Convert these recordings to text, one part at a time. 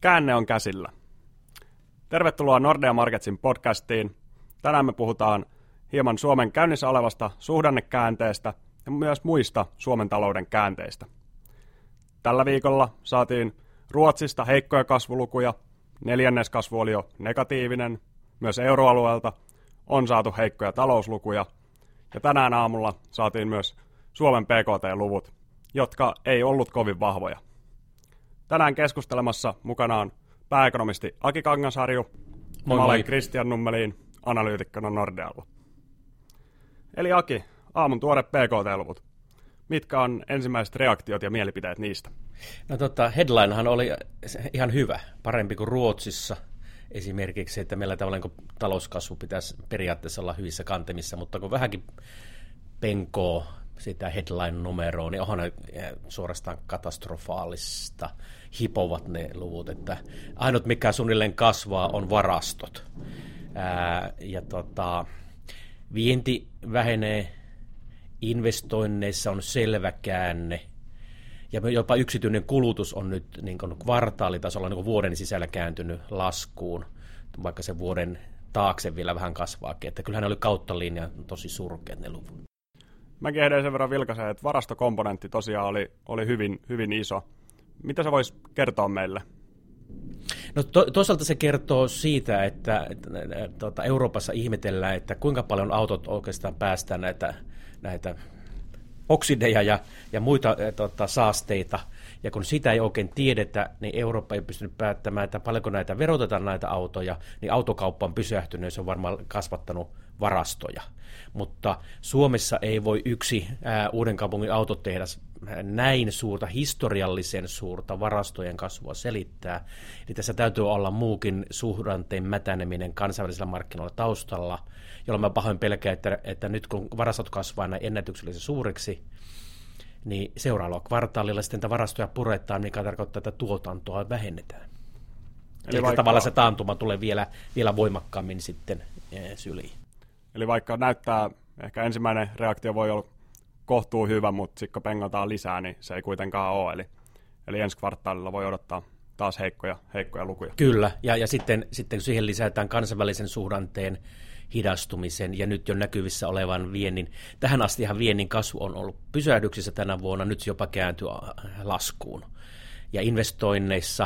Käänne on käsillä. Tervetuloa Nordea Marketsin podcastiin. Tänään me puhutaan hieman Suomen käynnissä olevasta suhdannekäänteestä ja myös muista Suomen talouden käänteistä. Tällä viikolla saatiin Ruotsista heikkoja kasvulukuja, neljänneskasvu oli jo negatiivinen, myös euroalueelta on saatu heikkoja talouslukuja ja tänään aamulla saatiin myös Suomen PKT-luvut, jotka ei ollut kovin vahvoja. Tänään keskustelemassa mukana on pääekonomisti Aki Kangasharju ja mä olen Kristian Nummelin analyytikkona Nordealla. Eli Aki, aamun tuore PKT-luvut. Mitkä on ensimmäiset reaktiot ja mielipiteet niistä? No headlinehan oli ihan hyvä, parempi kuin Ruotsissa esimerkiksi, että meillä tavallaan talouskasvu pitäisi periaatteessa olla hyvissä kantemissa, mutta kun vähänkin penkoo sitä headline-numeroa, niin onhan ne suorastaan katastrofaalista hipovat ne luvut, että ainut mikä suunnilleen kasvaa on varastot. Vienti vähenee, investoinneissa on selvä käänne, ja jopa yksityinen kulutus on nyt niin kuin kvartaalitasolla niin kuin vuoden sisällä kääntynyt laskuun, vaikka se vuoden taakse vielä vähän kasvaakin, että kyllähän ne oli kautta linjan tosi surkeat ne luvut. Mäkin edelleen sen verran vilkaisen, että varastokomponentti tosiaan oli hyvin, hyvin iso. Mitä se voisi kertoa meille? No toisaalta se kertoo siitä, että Euroopassa ihmetellään, että kuinka paljon autot oikeastaan päästään näitä oksideja ja muita saasteita. Ja kun sitä ei oikein tiedetä, niin Eurooppa ei pystynyt päättämään, että paljonko näitä verotetaan näitä autoja, niin autokauppa on pysähtynyt ja se on varmaan kasvattanut varastoja. Mutta Suomessa ei voi yksi Uudenkaupungin autotehdas näin suurta, historiallisen suurta varastojen kasvua selittää. Eli tässä täytyy olla muukin suhdanteen mätäneminen kansainvälisellä markkinoilla taustalla, jolloin mä pahoin pelkään, että nyt kun varastot kasvaa näin ennätyksellisen suuriksi, niin seuraavalla kvartaalilla sitten varastoja puretaan, mikä tarkoittaa, että tuotantoa vähennetään. Eli tavallaan se taantuma tulee vielä voimakkaammin sitten syliin. Eli vaikka näyttää, ehkä ensimmäinen reaktio voi olla kohtuu hyvä, mutta sitten kun pengotaan lisää, niin se ei kuitenkaan ole. Eli ensi kvartaalilla voi odottaa taas heikkoja lukuja. Kyllä, ja sitten kun siihen lisätään kansainvälisen suhdanteen hidastumisen ja nyt jo näkyvissä olevan viennin. Tähän astihan viennin kasvu on ollut pysähdyksissä tänä vuonna, nyt se jopa kääntyy laskuun. Ja investoinneissa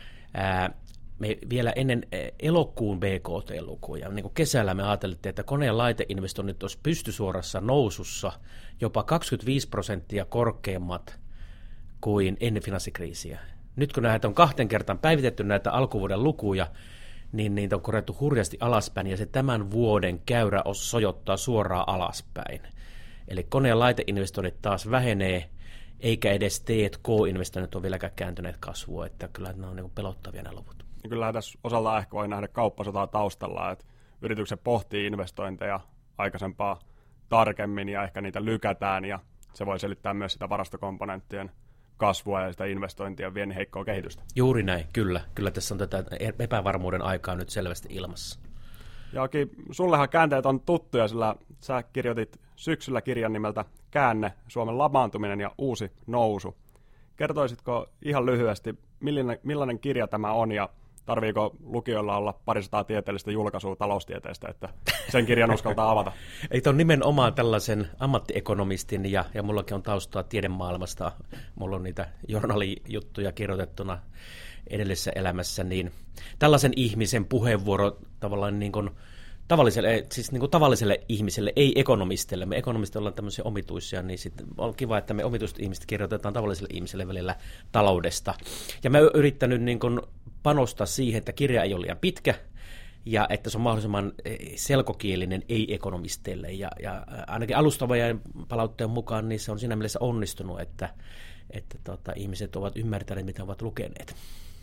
me vielä ennen elokuun BKT-lukuja, niin kuin kesällä me ajateltiin, että kone- ja laiteinvestoinnit olisi pystysuorassa nousussa jopa 25% korkeammat kuin ennen finanssikriisiä. Nyt kun näitä on 2 kertaan päivitetty näitä alkuvuoden lukuja, niin niitä on korjattu hurjasti alaspäin, ja se tämän vuoden käyrä sojottaa suoraan alaspäin. Eli kone- ja laiteinvestoinnit taas vähenee, eikä edes T&K-investoinnit ole vieläkään kääntyneet kasvua, että kyllä ne on niin pelottavia nämä luvut. Ja kyllähän tässä osalla ehkä voi nähdä kauppasotaa taustalla, että yritykset pohtii investointeja aikaisempaa tarkemmin, ja ehkä niitä lykätään, ja se voi selittää myös sitä varastokomponenttien kasvua ja sitä investointien viennin heikkoa kehitystä. Juuri näin, kyllä. Kyllä tässä on tätä epävarmuuden aikaa nyt selvästi ilmassa. Ja Aki, sullehan käänteet on tuttuja, sillä sä kirjoitit syksyllä kirjan nimeltä Käänne, Suomen lamaantuminen ja uusi nousu. Kertoisitko ihan lyhyesti, millainen kirja tämä on ja tarviiko lukijoilla olla parisataa tieteellistä julkaisua taloustieteestä, että sen kirjan uskaltaa avata? Ei, on nimenomaan tällaisen ammattiekonomistin ja mullakin on taustaa tiedemaailmasta, mulla on niitä journaalijuttuja kirjoitettuna edellisessä elämässä, niin tällaisen ihmisen puheenvuoro tavallaan niin kuin tavalliselle ihmiselle, ei ekonomistille. Me ekonomistit ollaan tämmöisiä omituisia, niin sitten on kiva, että me omituiset ihmiset kirjoitetaan tavalliselle ihmiselle välillä taloudesta. Ja mä oon yrittänyt niin kuin panostaa siihen, että kirja ei ole liian pitkä ja että se on mahdollisimman selkokielinen ei-ekonomisteille. Ja ainakin alustavajan palautteen mukaan niin se on siinä mielessä onnistunut, että ihmiset ovat ymmärtäneet, mitä ovat lukeneet.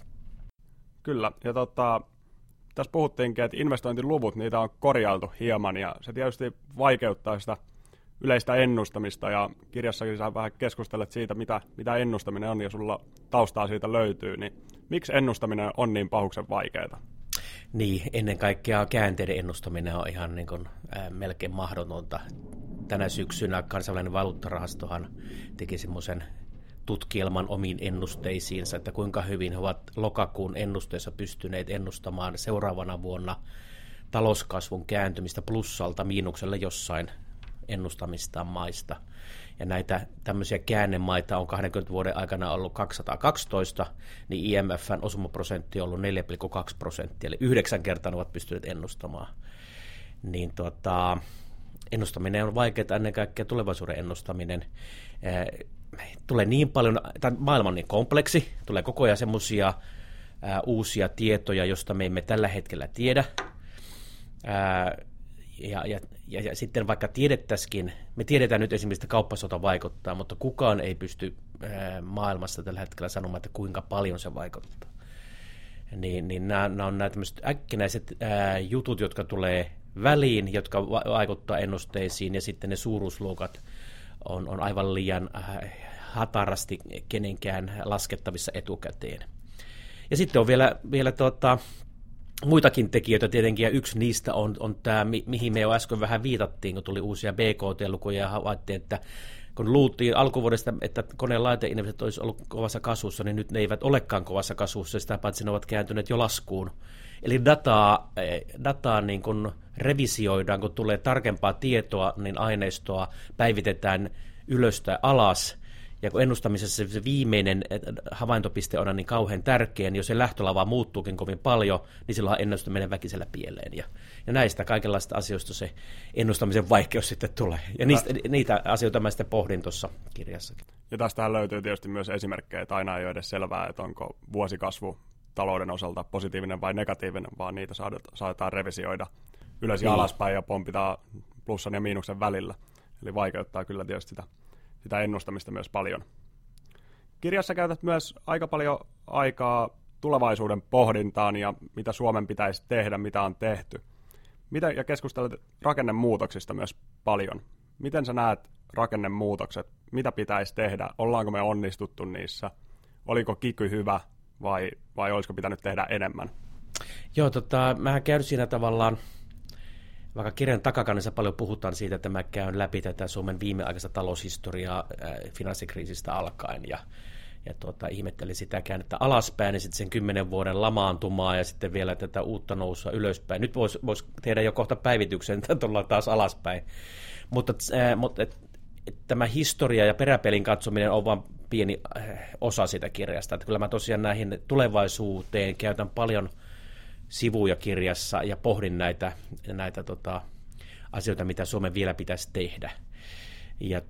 Kyllä, ja tässä puhuttiinkin, että investointiluvut, niitä on korjailtu hieman, ja se tietysti vaikeuttaa sitä yleistä ennustamista, ja kirjassakin sä vähän keskustelet siitä, mitä ennustaminen on, ja sulla taustaa siitä löytyy, niin miksi ennustaminen on niin pahuksen vaikeaa? Niin, ennen kaikkea käänteiden ennustaminen on ihan niin kuin, melkein mahdotonta. Tänä syksynä kansainvälinen valuuttarahastohan teki semmoisen tutkielman omiin ennusteisiinsa, että kuinka hyvin he ovat lokakuun ennusteessa pystyneet ennustamaan seuraavana vuonna talouskasvun kääntymistä plussalta miinukselle jossain ennustamistaan maista. Ja näitä tämmöisiä käännemaita on 20 vuoden aikana ollut 212, niin IMF:n osumaprosentti on ollut 4,2%, eli 9 kertaa ne ovat pystyneet ennustamaan. Niin ennustaminen on vaikeaa, ennen kaikkea tulevaisuuden ennustaminen. Tulee niin paljon, maailma on niin kompleksi, tulee koko ajan semmoisia uusia tietoja, joista me emme tällä hetkellä tiedä. Ja sitten vaikka tiedettäisikin, me tiedetään nyt esimerkiksi, että kauppasota vaikuttaa, mutta kukaan ei pysty maailmassa tällä hetkellä sanomaan, että kuinka paljon se vaikuttaa. Niin nämä on nämä tämmöiset äkkinäiset jutut, jotka tulee väliin, jotka vaikuttaa ennusteisiin, ja sitten ne suuruusluokat on aivan liian hatarasti kenenkään laskettavissa etukäteen. Ja sitten on vielä muitakin tekijöitä tietenkin, ja yksi niistä on tämä, mihin me jo äsken vähän viitattiin, kun tuli uusia BKT-lukuja, ja havaittiin, että kun luultiin alkuvuodesta, että koneen laiteinvestoinnit olisi ollut kovassa kasvussa, niin nyt ne eivät olekaan kovassa kasvussa, sitä paitsi ne ovat kääntyneet jo laskuun. Eli dataa niin kun revisioidaan, kun tulee tarkempaa tietoa, niin aineistoa päivitetään ylös tai alas. Ja kun ennustamisessa se viimeinen havaintopiste on niin kauhean tärkeä, niin jos se lähtölava muuttuukin kovin paljon, niin silloin ennustus menee väkisellä pieleen. Ja näistä kaikenlaista asioista se ennustamisen vaikeus sitten tulee. Ja niitä asioita mä sitten pohdin tuossa kirjassakin. Ja tästähän löytyy tietysti myös esimerkkejä, että aina ei ole edes selvää, että onko vuosikasvu talouden osalta positiivinen vai negatiivinen, vaan niitä saatetaan revisioida ylös ja alaspäin ja pompitaan plussan ja miinuksen välillä. Eli vaikeuttaa kyllä tietysti sitä ennustamista myös paljon. Kirjassa käytät myös aika paljon aikaa tulevaisuuden pohdintaan ja mitä Suomen pitäisi tehdä, mitä on tehty. Ja keskustelet rakennemuutoksista myös paljon. Miten sä näet rakennemuutokset? Mitä pitäisi tehdä? Ollaanko me onnistuttu niissä? Oliko kiky hyvä vai olisiko pitänyt tehdä enemmän? Joo, mähän käyn siinä tavallaan, vaikka kirjan takakannessa paljon puhutaan siitä, että mä käyn läpi tätä Suomen viimeaikaista taloushistoriaa finanssikriisistä alkaen ja ihmettelin sitä käännettä alaspäin ja sitten sen 10 vuoden lamaantumaa ja sitten vielä tätä uutta nousua ylöspäin. Nyt vois tehdä jo kohta päivityksen, että tullaan taas alaspäin. Mutta tämä historia ja peräpelin katsominen on vain pieni osa sitä kirjasta. Että kyllä mä tosiaan näihin tulevaisuuteen käytän paljon sivuja kirjassa ja pohdin näitä asioita, mitä Suomen vielä pitäisi tehdä. Ja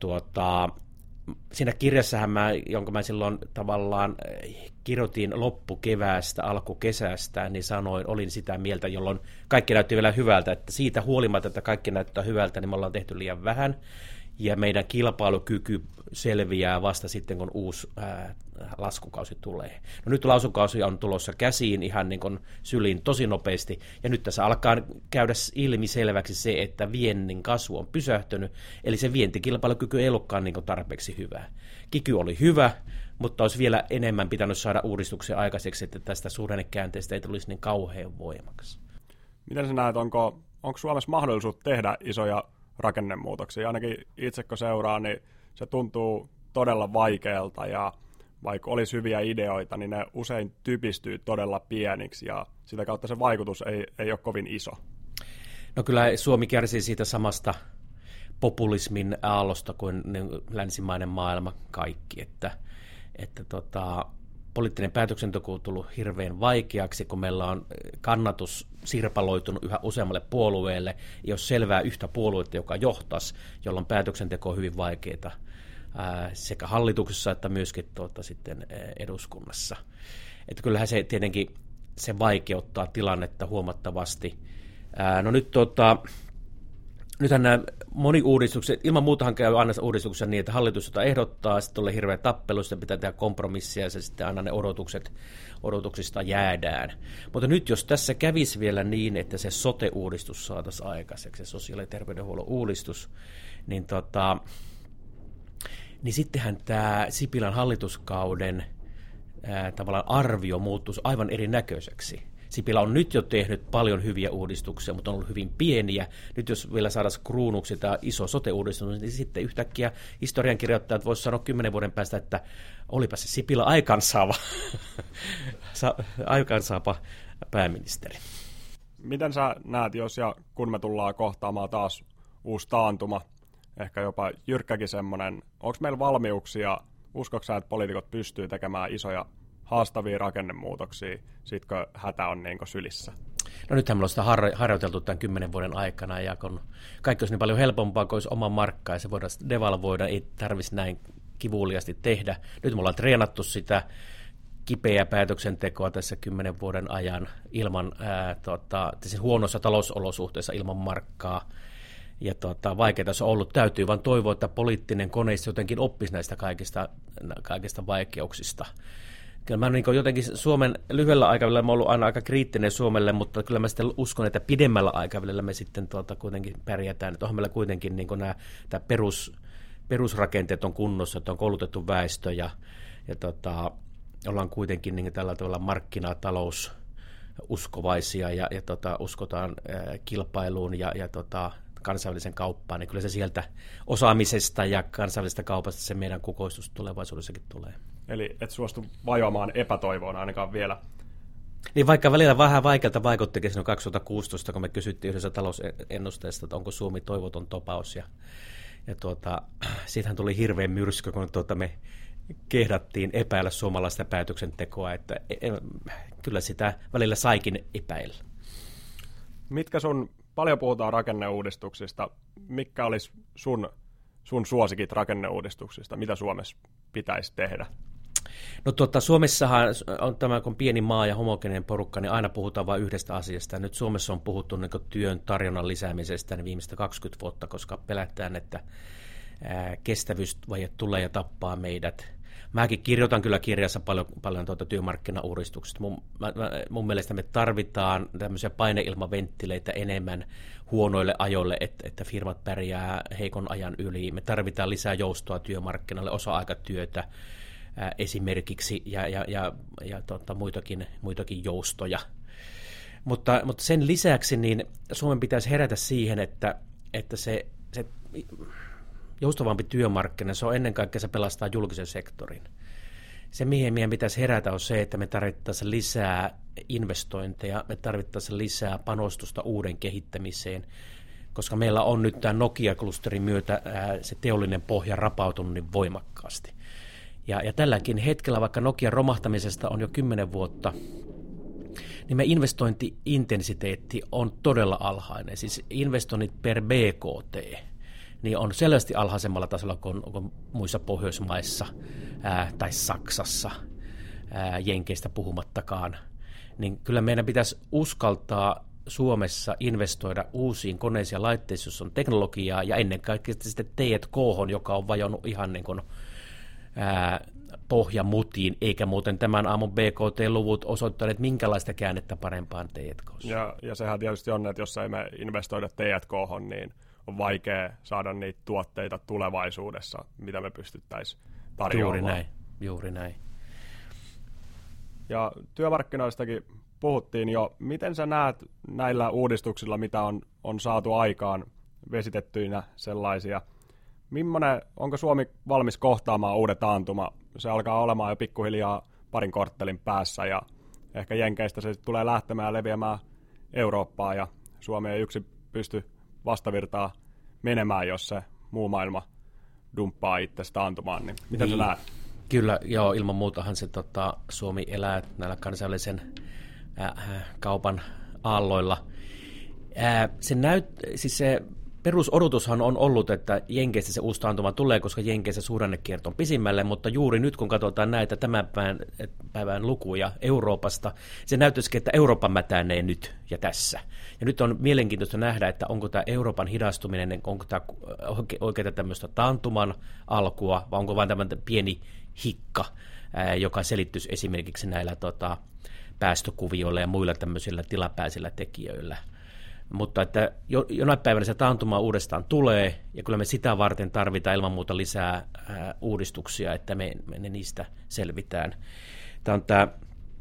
siinä kirjassahan jonka mä silloin tavallaan kirjoitin loppukeväästä, alkukesästä, niin olin sitä mieltä, jolloin kaikki näytti vielä hyvältä, että siitä huolimatta, että kaikki näyttää hyvältä, niin me ollaan tehty liian vähän, ja meidän kilpailukyky selviää vasta sitten, kun uusi laskukausi tulee. No nyt laskukausi on tulossa käsiin ihan niin kuin syliin tosi nopeasti, ja nyt tässä alkaa käydä ilmiselväksi se, että viennin kasvu on pysähtynyt, eli se vientikilpailukyky ei ollutkaan niin kuin tarpeeksi hyvä. Kiky oli hyvä, mutta olisi vielä enemmän pitänyt saada uudistuksia aikaiseksi, että tästä suhdannekäänteestä ei tulisi niin kauhean voimaksi. Miten sä näet, onko Suomessa mahdollisuus tehdä isoja rakennemuutoksia? Ainakin itse kun seuraa, niin se tuntuu todella vaikealta ja vaikka olisi hyviä ideoita, niin ne usein typistyy todella pieniksi ja sitä kautta se vaikutus ei ole kovin iso. No kyllä Suomi kärsii siitä samasta populismin aallosta kuin länsimainen maailma kaikki, että poliittinen päätöksenteko on tullut hirveän vaikeaksi, kun meillä on kannatus sirpaloitunut yhä useammalle puolueelle, ei ole selvää yhtä puoluetta, joka johtaisi, jolloin päätöksenteko on hyvin vaikeaa sekä hallituksessa että myöskin sitten eduskunnassa. Että kyllähän se tietenkin se vaikeuttaa tilannetta huomattavasti. No nyt nythän nämä moni-uudistukset, ilman muutahan käy aina uudistuksia niin, että hallitus jota ehdottaa, sitten tulee hirveä tappelu, sitten pitää tehdä kompromissia ja sitten aina ne odotuksista jäädään. Mutta nyt jos tässä kävisi vielä niin, että se sote-uudistus saataisiin aikaiseksi, se sosiaali- ja terveydenhuollon uudistus, niin sittenhän tämä Sipilän hallituskauden tavallaan arvio muuttuisi aivan erinäköiseksi. Sipilä on nyt jo tehnyt paljon hyviä uudistuksia, mutta on ollut hyvin pieniä. Nyt jos vielä saadaan kruunuksi tämä iso sote-uudistus, niin sitten yhtäkkiä historiankirjoittajat voisivat sanoa 10 vuoden päästä, että olipa se Sipilä aikaansaava pääministeri. Miten sä näet, jos ja kun me tullaan kohtaamaan taas uusi taantuma, ehkä jopa jyrkkäkin semmoinen, onko meillä valmiuksia, uskotko sä, että poliitikot pystyy tekemään isoja haastavia rakennemuutoksia, sitkö hätä on niin sylissä? No nythän me ollaan sitä harjoiteltu tämän 10 vuoden aikana, ja kun kaikki olisi niin paljon helpompaa, kun olisi oma markka, ja se voidaan devalvoida, ei tarvitsisi näin kivuliasti tehdä. Nyt me ollaan treenattu sitä kipeää päätöksentekoa tässä 10 vuoden ajan ilman huonossa talousolosuhteessa ilman markkaa. Ja vaikeaa se on ollut. Täytyy vaan toivoa, että poliittinen koneisto jotenkin oppisi näistä kaikista vaikeuksista. Kyllä mä niin jotenkin Suomen lyhyellä aikavälillä mä ollut aina aika kriittinen Suomelle, mutta kyllä mä sitten uskon, että pidemmällä aikavälillä me sitten kuitenkin pärjätään. Että onhan meillä kuitenkin niin nämä perusrakenteet on kunnossa, että on koulutettu väestö ja ollaan kuitenkin niin tällä tavalla markkinatalous uskovaisia ja uskotaan kilpailuun ja kansainvälisen kauppaan, niin kyllä se sieltä osaamisesta ja kansainvälisestä kaupasta se meidän kukoistus tulevaisuudessakin tulee. Eli et suostu vajoamaan epätoivoon ainakaan vielä. Niin vaikka välillä vähän vaikealta vaikuttikin silloin 2016, kun me kysyttiin yhdessä talousennusteesta, että onko Suomi toivoton topaus, ja siitähän tuli hirveä myrsky, kun me kehdattiin epäillä suomalaista päätöksentekoa, että kyllä sitä välillä saikin epäillä. Mitkä paljon puhutaan rakenneuudistuksista, mitkä olisi sun suosikit rakenneuudistuksista, mitä Suomessa pitäisi tehdä? No Suomessahan on tämä, kun pieni maa ja homogeeninen porukka, niin aina puhutaan vain yhdestä asiasta. Nyt Suomessa on puhuttu niin työn tarjonnan lisäämisestä niin viimeistä 20 vuotta, koska pelätään, että kestävyysvaje tulee ja tappaa meidät. Mäkin kirjoitan kyllä kirjassa paljon työmarkkinauudistuksista. Mun mielestä me tarvitaan tämmöisiä paineilmaventtileitä enemmän huonoille ajoille, että firmat pärjää heikon ajan yli. Me tarvitaan lisää joustoa työmarkkinalle, osa-aikatyötä esimerkiksi ja muitakin joustoja. Mutta sen lisäksi niin Suomen pitäisi herätä siihen, että se joustavampi työmarkkina, se on ennen kaikkea se pelastaa julkisen sektorin. Se, mihin meidän pitäisi herätä, on se, että me tarvittaisiin lisää investointeja, me tarvittaisiin lisää panostusta uuden kehittämiseen, koska meillä on nyt tämän Nokia-klusterin myötä se teollinen pohja rapautunut niin voimakkaasti. Ja tälläkin hetkellä, vaikka Nokian romahtamisesta on jo 10 vuotta, niin me investointi-intensiteetti on todella alhainen, siis investoinnit per BKT, niin on selvästi alhaisemmalla tasolla kuin muissa Pohjoismaissa tai Saksassa, Jenkeistä puhumattakaan. Niin kyllä meidän pitäisi uskaltaa Suomessa investoida uusiin koneisiin ja laitteisiin, jos on teknologiaa, ja ennen kaikkea sitten T&K:hon, joka on vajonnut ihan niin kuin pohjamutiin, eikä muuten tämän aamun BKT-luvut osoittaneet minkälaista käännettä parempaan T&K:ssa. Ja sehän tietysti on, että jos ei me investoida T&K:hon, niin on vaikea saada niitä tuotteita tulevaisuudessa, mitä me pystyttäisiin tarjoamaan. Juuri näin. Ja työmarkkinoistakin puhuttiin jo. Miten sä näet näillä uudistuksilla, mitä on saatu aikaan, vesitettyinä sellaisia? Onko Suomi valmis kohtaamaan uuden taantuma? Se alkaa olemaan jo pikkuhiljaa parin korttelin päässä, ja ehkä Jenkeistä se tulee lähtemään ja leviämään Eurooppaan, ja Suomi ei yksin pysty vastavirtaa menemään, jos se muu maailma dumppaa itse taantumaan. Niin mitä sä näet? Kyllä, joo, ilman muutahan se Suomi elää näillä kansainvälisen kaupan aalloilla. Se perusodotushan on ollut, että Jenkeissä se uusi taantuma tulee, koska Jenkeissä suhdannekierto on pisimmälle, mutta juuri nyt, kun katsotaan näitä tämän päivän lukuja Euroopasta, se näyttäisikin, että Eurooppa mätänee nyt ja tässä. Ja nyt on mielenkiintoista nähdä, että onko tämä Euroopan hidastuminen, onko tämä oikeaa tämmöistä taantuman alkua, vai onko vain tämmöinen pieni hikka, joka selittyisi esimerkiksi näillä päästökuvioilla ja muilla tämmöisillä tilapäisillä tekijöillä. Mutta että jonain päivänä se taantuma uudestaan tulee, ja kyllä me sitä varten tarvitaan ilman muuta lisää uudistuksia, että me niistä selvitään. Tämä on tämä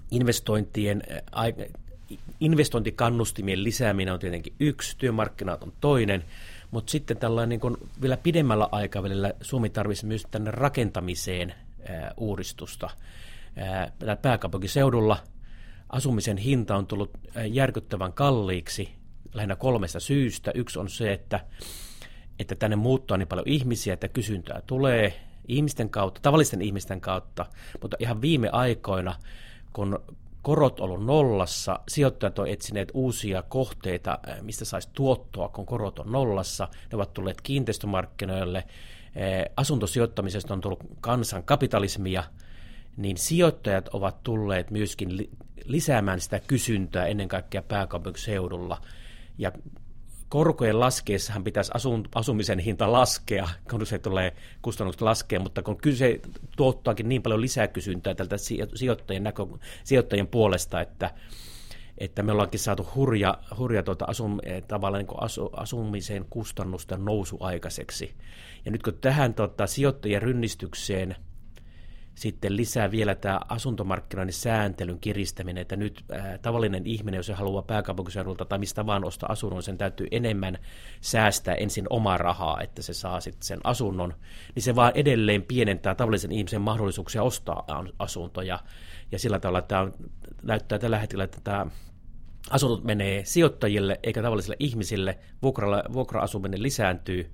investointikannustimien lisääminen on tietenkin yksi, työmarkkinat on toinen, mutta sitten tällainen niin kuin vielä pidemmällä aikavälillä Suomi tarvitsisi myös tänne rakentamiseen uudistusta. Pääkaupunkiseudulla asumisen hinta on tullut järkyttävän kalliiksi lähinnä 3 syystä. Yksi on se, että tänne muuttaa niin paljon ihmisiä, että kysyntää tulee ihmisten kautta, tavallisten ihmisten kautta, mutta ihan viime aikoina, kun korot on ollut nollassa, sijoittajat on etsineet uusia kohteita, mistä saisi tuottoa, kun korot on nollassa. Ne ovat tulleet kiinteistömarkkinoille, asuntosijoittamisesta on tullut kansankapitalismia, niin sijoittajat ovat tulleet myöskin lisäämään sitä kysyntää ennen kaikkea pääkaupunkiseudulla. Ja korkojen laskeessahan pitäisi asumisen hinta laskea, kun se tulee kustannukset laskea, mutta kun kyse tuottaakin niin paljon lisää kysyntää tältä sijoittajien puolesta, että me ollaankin saatu hurja tavallaan niin asumisen kustannusten nousu aikaiseksi. Ja nyt kun tähän sijoittajien rynnistykseen sitten lisää vielä tämä asuntomarkkinoiden sääntelyn kiristäminen, että nyt tavallinen ihminen, jos se haluaa pääkaupunkiseudulta tai mistä vaan ostaa asunnon, sen täytyy enemmän säästää ensin omaa rahaa, että se saa sitten sen asunnon, niin se vaan edelleen pienentää tavallisen ihmisen mahdollisuuksia ostaa asuntoja. Ja sillä tavalla tämä näyttää tällä hetkellä, että tämä asunnot menee sijoittajille eikä tavallisille ihmisille, vuokra-asuminen lisääntyy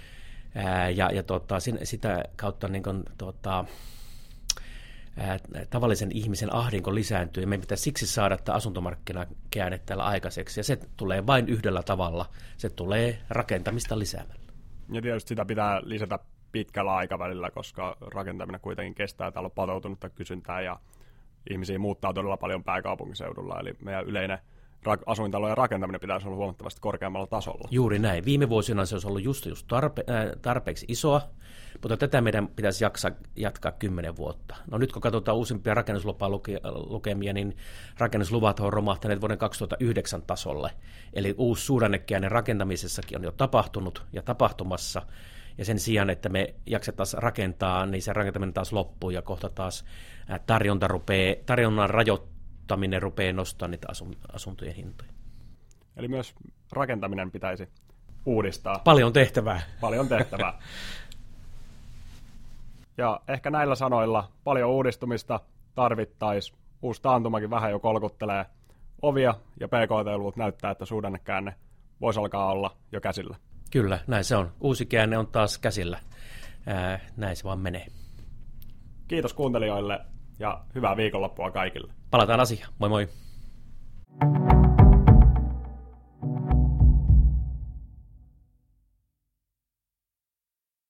sitä kautta niin kuin, tavallisen ihmisen ahdinko lisääntyy, ja meidän pitää siksi saada tämä asuntomarkkinakäänne täällä aikaiseksi, ja se tulee vain yhdellä tavalla, se tulee rakentamista lisäämällä. Ja tietysti sitä pitää lisätä pitkällä aikavälillä, koska rakentaminen kuitenkin kestää, täällä on patoutunutta kysyntää, ja ihmisiä muuttaa todella paljon pääkaupunkiseudulla, eli meidän yleinen asuintalojen rakentaminen pitäisi olla huomattavasti korkeammalla tasolla. Juuri näin. Viime vuosina se olisi ollut just tarpeeksi isoa, mutta tätä meidän pitäisi jatkaa 10 vuotta. No nyt kun katsotaan uusimpia rakennuslupalukemia, niin rakennusluvat on romahtaneet vuoden 2009 tasolle. Eli uusi suhdannekäänne rakentamisessakin on jo tapahtunut ja tapahtumassa. Ja sen sijaan, että me jaksettaisiin rakentaa, niin se rakentaminen taas loppuu ja kohta taas tarjonnan rajoittaminen rupeaa nostamaan niitä asuntojen hintoja. Eli myös rakentaminen pitäisi uudistaa. Paljon tehtävää. Paljon tehtävää. Ja ehkä näillä sanoilla paljon uudistumista tarvittaisiin. Uusi taantumakin vähän jo kolkuttelee ovia, ja PKT-luvut näyttää, että suhdannekäänne voisi alkaa olla jo käsillä. Kyllä, näin se on. Uusi käänne on taas käsillä. Näin se vaan menee. Kiitos kuuntelijoille ja hyvää viikonloppua kaikille. Palataan asiaan. Moi moi.